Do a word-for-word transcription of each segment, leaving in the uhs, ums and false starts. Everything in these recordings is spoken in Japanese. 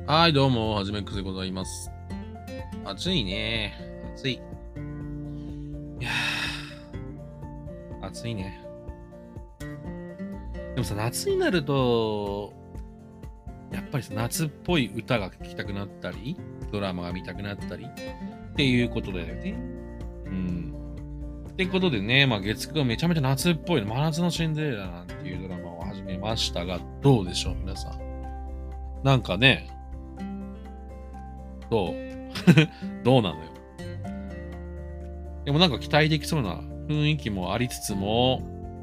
はい、どうも、はじめくでございます。暑いね。暑い。いやー、暑いね。でもさ、夏になると、やっぱりさ、夏っぽい歌が聴きたくなったり、ドラマが見たくなったり、っていうことだよね。うん。ってことでね、まあ、月くがめちゃめちゃ夏っぽい、真夏のシンデレラなんていうドラマを始めましたが、どうでしょう、皆さん。なんかね、どうどうなのよ。でもなんか期待できそうな雰囲気もありつつも、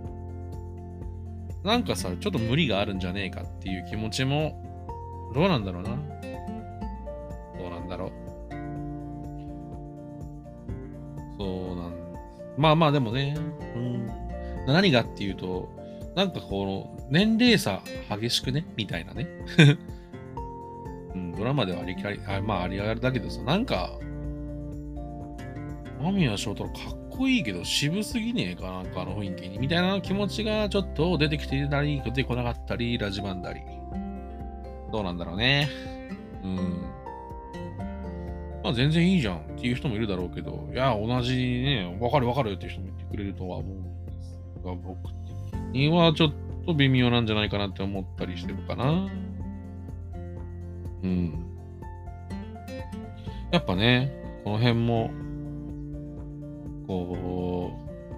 なんかさ、ちょっと無理があるんじゃねえかっていう気持ちも、どうなんだろうな。どうなんだろう。そうなんまあまあでもね、うん。何がっていうと、なんかこの、年齢差激しくねみたいなね。うん、ドラマではありきあり、あまあありあがりだけどさ、なんか、間宮祥太朗かっこいいけど渋すぎねえかなんかあの雰囲気にみたいな気持ちがちょっと出てきてたり、出てこなかったり、ラジバンだり。どうなんだろうね。うん。まあ全然いいじゃんっていう人もいるだろうけど、いや、同じね、わかるわかるっていう人も言ってくれるとは思うんですが、僕的にはちょっと微妙なんじゃないかなって思ったりしてるかな。うん。やっぱね、この辺も、こ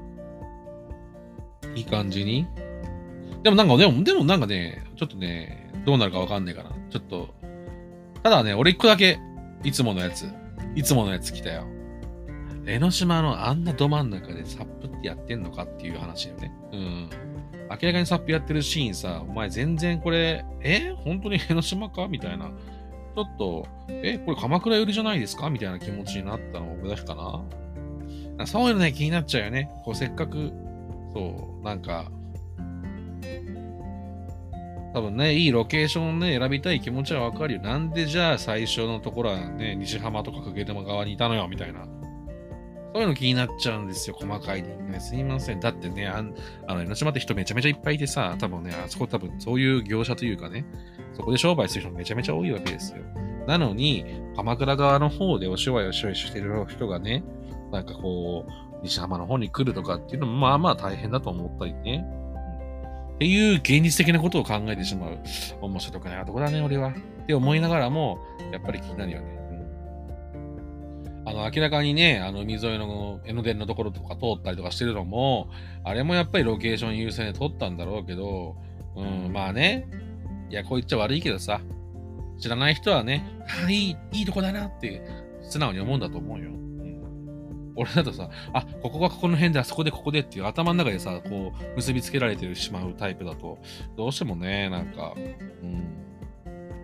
う、いい感じに。でもなんか、でも、でもなんかね、ちょっとね、どうなるかわかんないから、ちょっと、ただね、俺一個だけ、いつものやつ、いつものやつ来たよ。江ノ島のあんなど真ん中でサップってやってんのかっていう話よね。うん。明らかにサップやってるシーンさ、お前全然これ、え本当に江ノ島かみたいな。ちょっと、えこれ鎌倉寄りじゃないですかみたいな気持ちになったの俺だけかな。そういうのね、気になっちゃうよね。こう、せっかく、そう、なんか、多分ね、いいロケーションをね、選びたい気持ちはわかるよ。なんでじゃあ最初のところはね、西浜とか久毛玉側にいたのよ、みたいな。そういうの気になっちゃうんですよ、細かい人間。すいません。だってね、あんあの、江ノ島って人めちゃめちゃいっぱいいてさ、多分ね、あそこ多分そういう業者というかね、そこで商売する人めちゃめちゃ多いわけですよ。なのに、鎌倉側の方でお芝居をしてる人がね、なんかこう、西浜の方に来るとかっていうのもまあまあ大変だと思ったりね。っていう現実的なことを考えてしまう。面白くない男だね、俺は。って思いながらも、やっぱり気になるよね。うん、あの、明らかにね、あの、海沿いの江ノ電のところとか通ったりとかしてるのも、あれもやっぱりロケーション優先で撮ったんだろうけど、うん、まあね、いや、こう言っちゃ悪いけどさ、知らない人はね、あ、いい、いいとこだなって、素直に思うんだと思うよ。俺だとさ、あ、ここがここの辺で、あそこでここでっていう頭の中でさ、こう、結びつけられてしまうタイプだと、どうしてもね、なんか、うん。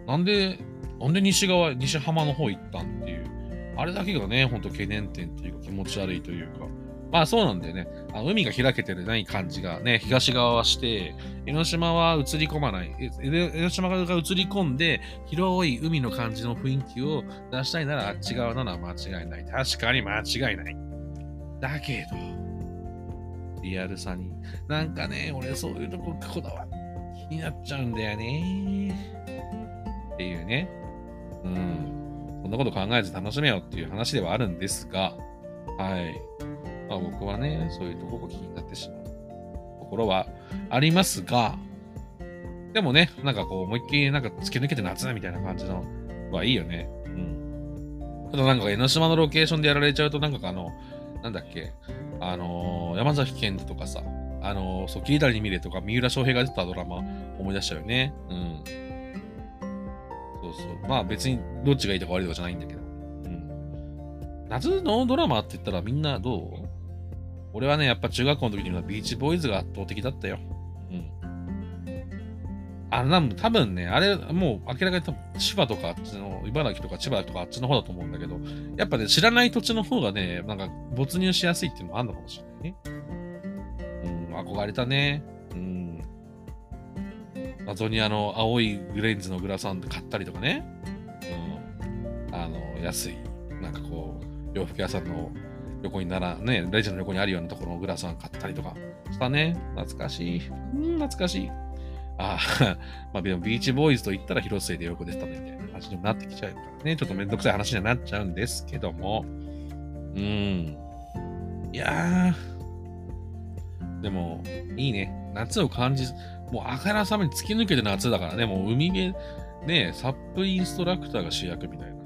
なんで、なんで西側、西浜の方行ったんっていう、あれだけがね、ほんと懸念点っていうか気持ち悪いというか、まあそうなんだよね。あの海が開けてない感じがね、東側はして、江ノ島は映り込まない。江ノ島が映り込んで、広い海の感じの雰囲気を出したいならあっち側なのは間違いない。確かに間違いない。だけど、リアルさに。なんかね、俺そういうとここだわ。気になっちゃうんだよね。っていうね。うん。そんなこと考えず楽しめよっていう話ではあるんですが、はい。まあ僕はね、そういうとこが気になってしまうところはありますが、でもね、なんかこう、思いっきりなんか突き抜けて夏みたいな感じのはいいよね。うん。ただなんか江ノ島のロケーションでやられちゃうと、なんかあの、なんだっけ、あのー、山崎賢人とかさ、あのー、そう、桐谷美玲とか三浦翔平が出たドラマ思い出しちゃうよね。うん。そうそう。まあ別にどっちがいいとか悪いとかじゃないんだけど。うん。夏のドラマって言ったらみんなどう俺はね、やっぱ中学校の時にはビーチボーイズが圧倒的だったよ。うん。あ、なん多分ね、あれ、もう明らかに多分千葉とかあっちの、茨城とか千葉とかあっちの方だと思うんだけど、やっぱね、知らない土地の方がね、なんか没入しやすいっていうのもあるのかもしれないね。うん、憧れたね。うん。謎にあの、青いグレンズのグラサンで買ったりとかね。うん。あの、安い、なんかこう、洋服屋さんの横になら、ね、レジの横にあるようなところのグラサン買ったりとかしたね。懐かしい。うん、懐かしい。 ああ、まあ、でもビーチボーイズと言ったら広末でよく出てたねみたいな話にもなってきちゃうからね。ちょっとめんどくさい話にはなっちゃうんですけども。うーん。いやー、でも、いいね。夏を感じ、もうあからさまに突き抜けて夏だからね。もう海辺、ね、サップインストラクターが主役みたいな。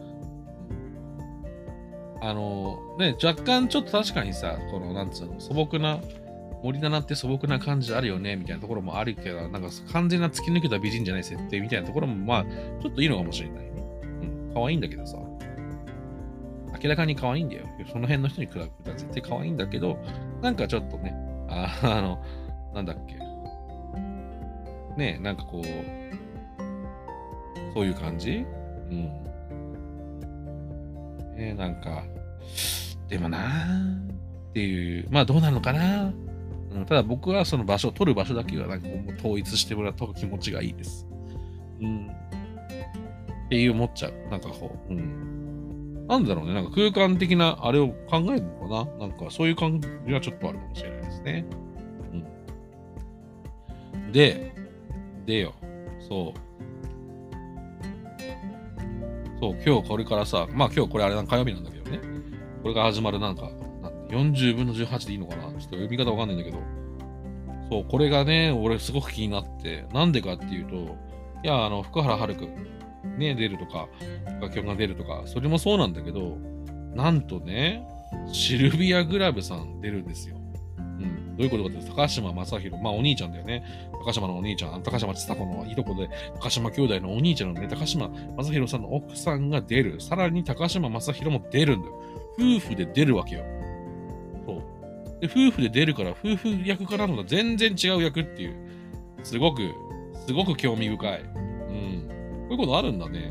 あの、ね、若干ちょっと確かにさ、この、なんつうの、素朴な、森七菜って素朴な感じあるよね、みたいなところもあるけど、なんか完全な突き抜けた美人じゃない設定みたいなところも、まあ、ちょっといいのかもしれないね。うん、可愛いんだけどさ。明らかに可愛いんだよ。その辺の人に比べたら絶対可愛いんだけど、なんかちょっとね、あ、あの、なんだっけ。ね、なんかこう、そういう感じうん。ね、なんか、でもなーっていう、まあどうなるのかな。うん、ただ僕はその場所、取る場所だけはなんかもう統一してもらった方が気持ちがいいです。うん。っていう思っちゃう。なんかこう、うん。なんだろうね、なんか空間的なあれを考えるのかな。なんかそういう感じはちょっとあるかもしれないですね。うん。で、でよ、そう。そう、今日これからさ、まあ今日これあれなん火曜日なんだけどね。これが始まるなんか、なんよんじゅうぶんのじゅうはちでいいのかなちょっと読み方わかんないんだけど。そう、これがね、俺すごく気になって、なんでかっていうと、いや、あの、福原遥くん、ね、出るとか、楽曲が出るとか、それもそうなんだけど、なんとね、シルビア・グラブさん出るんですよ。うん。どういうことかというと、高島正宏、まあお兄ちゃんだよね。高島のお兄ちゃん、高島千佐子のいとこで、高島兄弟のお兄ちゃんのね、高島正宏さんの奥さんが出る。さらに高島正宏も出るんだよ。夫婦で出るわけよ。そう。で、夫婦で出るから、夫婦役かなと思ったら全然違う役っていう。すごく、すごく興味深い。うん。こういうことあるんだね。うん。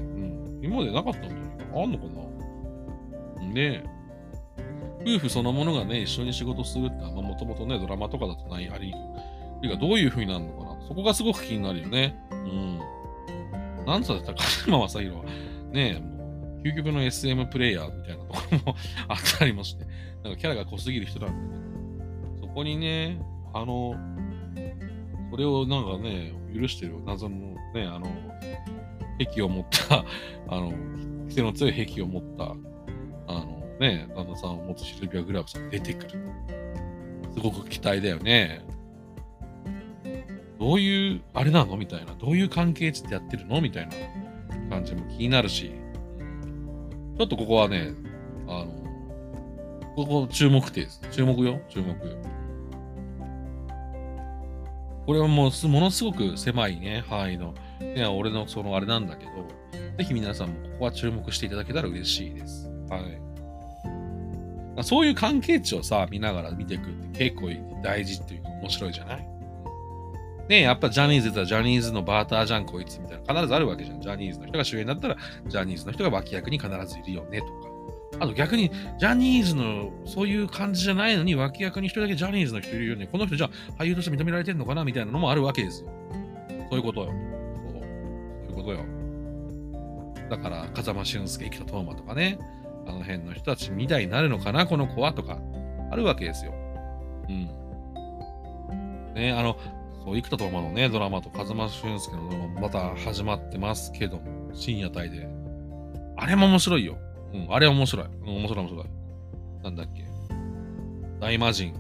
今までなかったんじゃないかな。あんのかな。で、夫婦そのものがね、一緒に仕事するってのは、もともとね、ドラマとかだとない、あり、ていうかどういう風になるのかな。そこがすごく気になるよね。うん。なんつったら高島正宏は、ね、もう、究極の エスエム プレイヤーみたいなところもあったりもして、なんかキャラが濃すぎる人なんだけど、そこにね、あの、それをなんかね、許してる謎のね、あの、癖を持ったあの、癖の強い癖を持った、あのね、旦那さんを持つシルビア・グラブさんが出てくる。すごく期待だよね。どういう、あれなのみたいな。どういう関係値でやってるのみたいな感じも気になるし。ちょっとここはね、あの、ここ注目点です。注目よ、注目。これはもうす、ものすごく狭いね、範囲の、ね、俺のそのあれなんだけど、ぜひ皆さんもここは注目していただけたら嬉しいです。はい。そういう関係値をさ、見ながら見ていくって結構大事っていうか面白いじゃないねえ、やっぱジャニーズだったらジャニーズのバーターじゃんこいつみたいな必ずあるわけじゃん。ジャニーズの人が主演だったらジャニーズの人が脇役に必ずいるよねとか。あと逆にジャニーズのそういう感じじゃないのに脇役に一人だけジャニーズの人いるよね。この人じゃあ俳優として認められてんのかなみたいなのもあるわけですよ。そういうことよ。そう。そういうことよ。だから風間俊介、生田斗真とかね。あの辺の人たちみたいになるのかなこの子はとか。あるわけですよ。うん。ねあの、そう、生田斗真のね、ドラマと風間俊介のドラマもまた始まってますけども、深夜帯で。あれも面白いよ。うん、あれ面白い。うん、面白い面白い。なんだっけ。大魔神。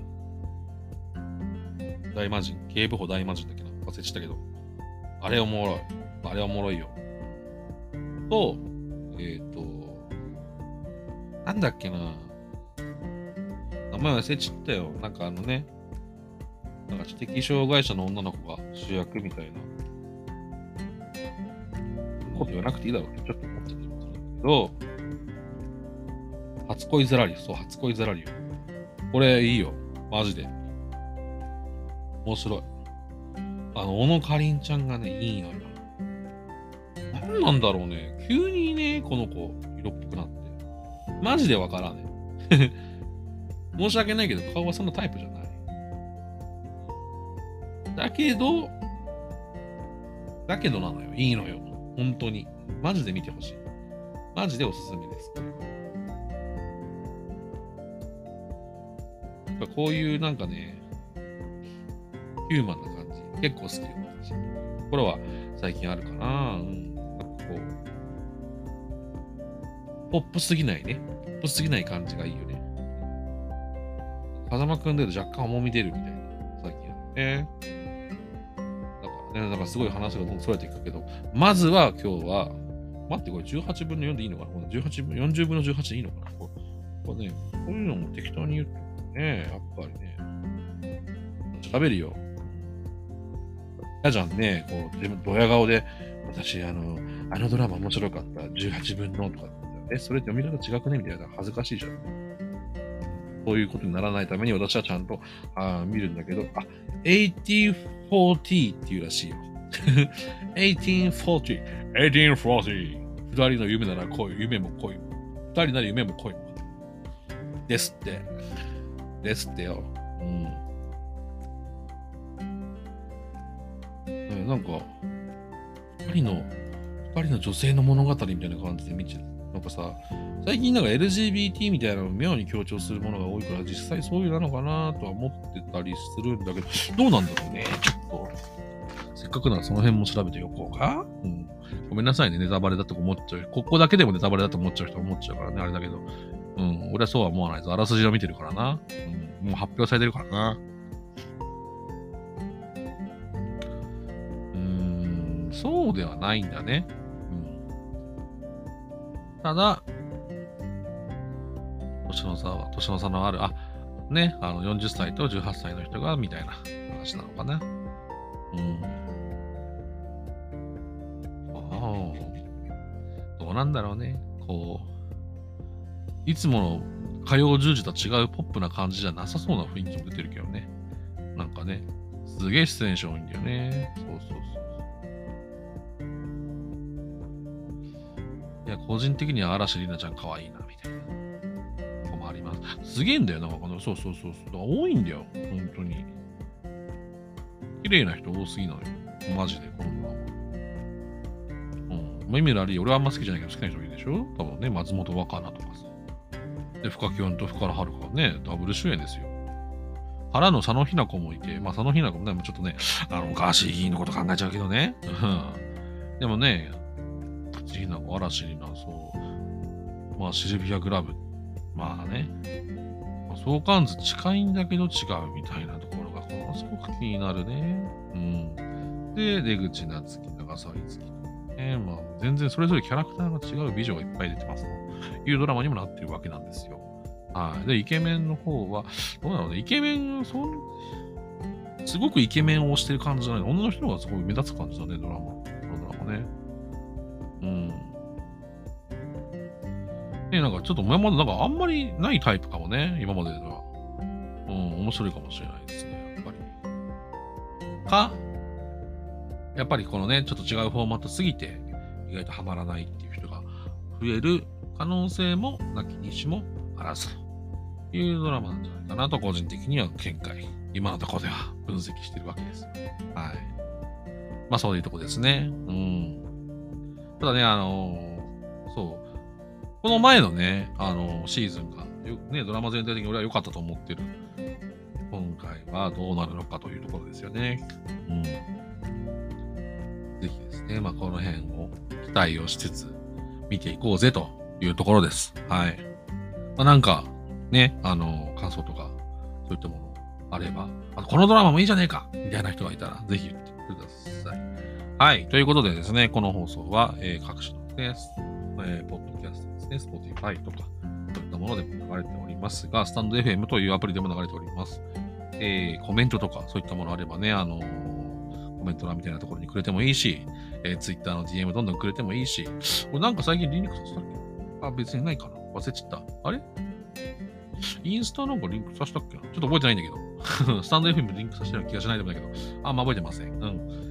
大魔神。警部補大魔神だっけな。忘れちゃったけど。あれおもろい。あれおもろいよ。と、えっ、ー、と、なんだっけな。名前忘れちゃったよ。なんかあのね、なんか知的障害者の女の子が主役みたいな。こと言わなくていいだろうってちょっと思ってたりもするんだけど、初恋ザラリオ、そう、初恋ザラリオ。これいいよ。マジで。面白い。あの、小野かりんちゃんがね、いいのよ。なんなんだろうね。急にね、この子、色っぽくなって。マジでわからんね。申し訳ないけど、顔はそんなタイプじゃない。だけど、だけどなのよ。いいのよ。本当に。マジで見てほしい。マジでおすすめです。こういうなんかね、ヒューマンな感じ。結構好きよ、私。 ところは最近あるかな。うん。なんかこう、ポップすぎないね。ポップすぎない感じがいいよね。風間くんで若干重み出るみたいな、最近あるね。だからね、だからすごい話がどんどんそれていくけど、まずは今日は、待って、これじゅうはちぶんのよんでいいのかな？このじゅうはちぶん、よんじゅうぶんのじゅうはちでいいのかな？これ、これね、こういうのも適当に言ってね、やっぱりね、調べるよ。嫌じゃんね、こう、自分、ドヤ顔で、私、あの、あのドラマ面白かった、じゅうはちぶんのとかって、え、それ読み方違くねみたいな、恥ずかしいじゃん。そういうことにならないために私はちゃんとあ見るんだけど、あ、はちじゅうよんティーっていうらしいよ。はちじゅうよんティー。はちじゅうよんティー。二人の夢なら恋、夢も恋も。二人なら夢も恋も。ですって。ですってよ。うん。うん、なんか、二人の、二人の女性の物語みたいな感じで見てる。なんかさ、最近なんか エルジービーティー みたいなのを妙に強調するものが多いから、実際そういうなのかなとは思ってたりするんだけど、どうなんだろうね、ちょっと。せっかくならその辺も調べておこうか。うん。ごめんなさいね、ネタバレだと思っちゃう。ここだけでもネタバレだと思っちゃう人は思っちゃうからね、あれだけど。うん、俺はそうは思わないぞ。あらすじを見てるからな。うん、もう発表されてるからな。うーん、そうではないんだね。ただ、年の差は、年の差のある、あ、ね、あのよんじゅっさいとじゅうはっさいの人が、みたいな話なのかな。うん。ああ、どうなんだろうね。こう、いつもの火曜じゅうじと違うポップな感じじゃなさそうな雰囲気も出てるけどね。なんかね、すげえ出演者多いんだよね。そうそうそう。いや、個人的には嵐里奈ちゃん可愛いな、みたいな。子もあります。すげえんだよな、この、そうそうそうそう。だから多いんだよ、本当に。綺麗な人多すぎなのよ。マジで、こんなの。うん。まあ、意味のあり、俺はあんま好きじゃないけど好きな人いるでしょ？多分ね、松本若菜とかさ。で、深木音と深原遥はね、ダブル主演ですよ。原の佐野日奈子もいて、まあ佐野日奈子もね、ちょっとね、あの、ガーシー議員のこと考えちゃうけどね。でもね、次の嵐にな、そう。まあ、シルビア・グラブ。まあね。相関図近いんだけど違うみたいなところが、このすごく気になるね。うん。で、出口夏樹、長澤いつき。ね、まあ、全然それぞれキャラクターが違う美女がいっぱい出てますというドラマにもなってるわけなんですよ。はい。で、イケメンの方は、どうなのね、イケメン、そん、すごくイケメンを推してる感じじゃない。女の人がすごい目立つ感じだね、ドラマ。このドラマね。うん。ね、なんかちょっと今までなんかあんまりないタイプかもね、今まででは。うん、面白いかもしれないですね、やっぱり。か、やっぱりこのね、ちょっと違うフォーマットすぎて、意外とハマらないっていう人が増える可能性もなきにしもあらずというドラマなんじゃないかなと、個人的には見解、今のところでは分析してるわけです。はい。まあそういうとこですね。うん。ただね、あのー、そう。この前のね、あのー、シーズンが、ね、ドラマ全体的に俺は良かったと思ってる。今回はどうなるのかというところですよね。うん。ぜひですね、まあこの辺を期待をしつつ見ていこうぜというところです。はい。まあなんか、ね、あのー、感想とか、そういったものあれば、あとこのドラマもいいじゃねえかみたいな人がいたら、ぜひ言ってください。はい。ということでですね、この放送は、えー、各種のです、えー、ポッドキャストですね、Spotify とか、そういったものでも流れておりますが、スタンド エフエム というアプリでも流れております。えー、コメントとか、そういったものあればね、あのー、コメント欄みたいなところにくれてもいいし、えー、Twitter の ディーエム どんどんくれてもいいし、これなんか最近リンクさせたっけ？あ、別にないかな。忘れちゃった。あれ？インスタなんかリンクさせたっけな？ちょっと覚えてないんだけど。スタンド エフエム リンクさせたような気がしないでもないけど、あんま覚えてません。うん。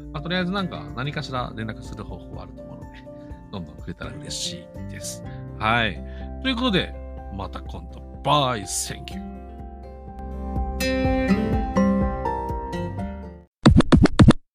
まあ、とりあえずなんか何かしら連絡する方法はあると思うので、どんどんくれたら嬉しいです。はい。ということで、また今度。バイ、センキュー。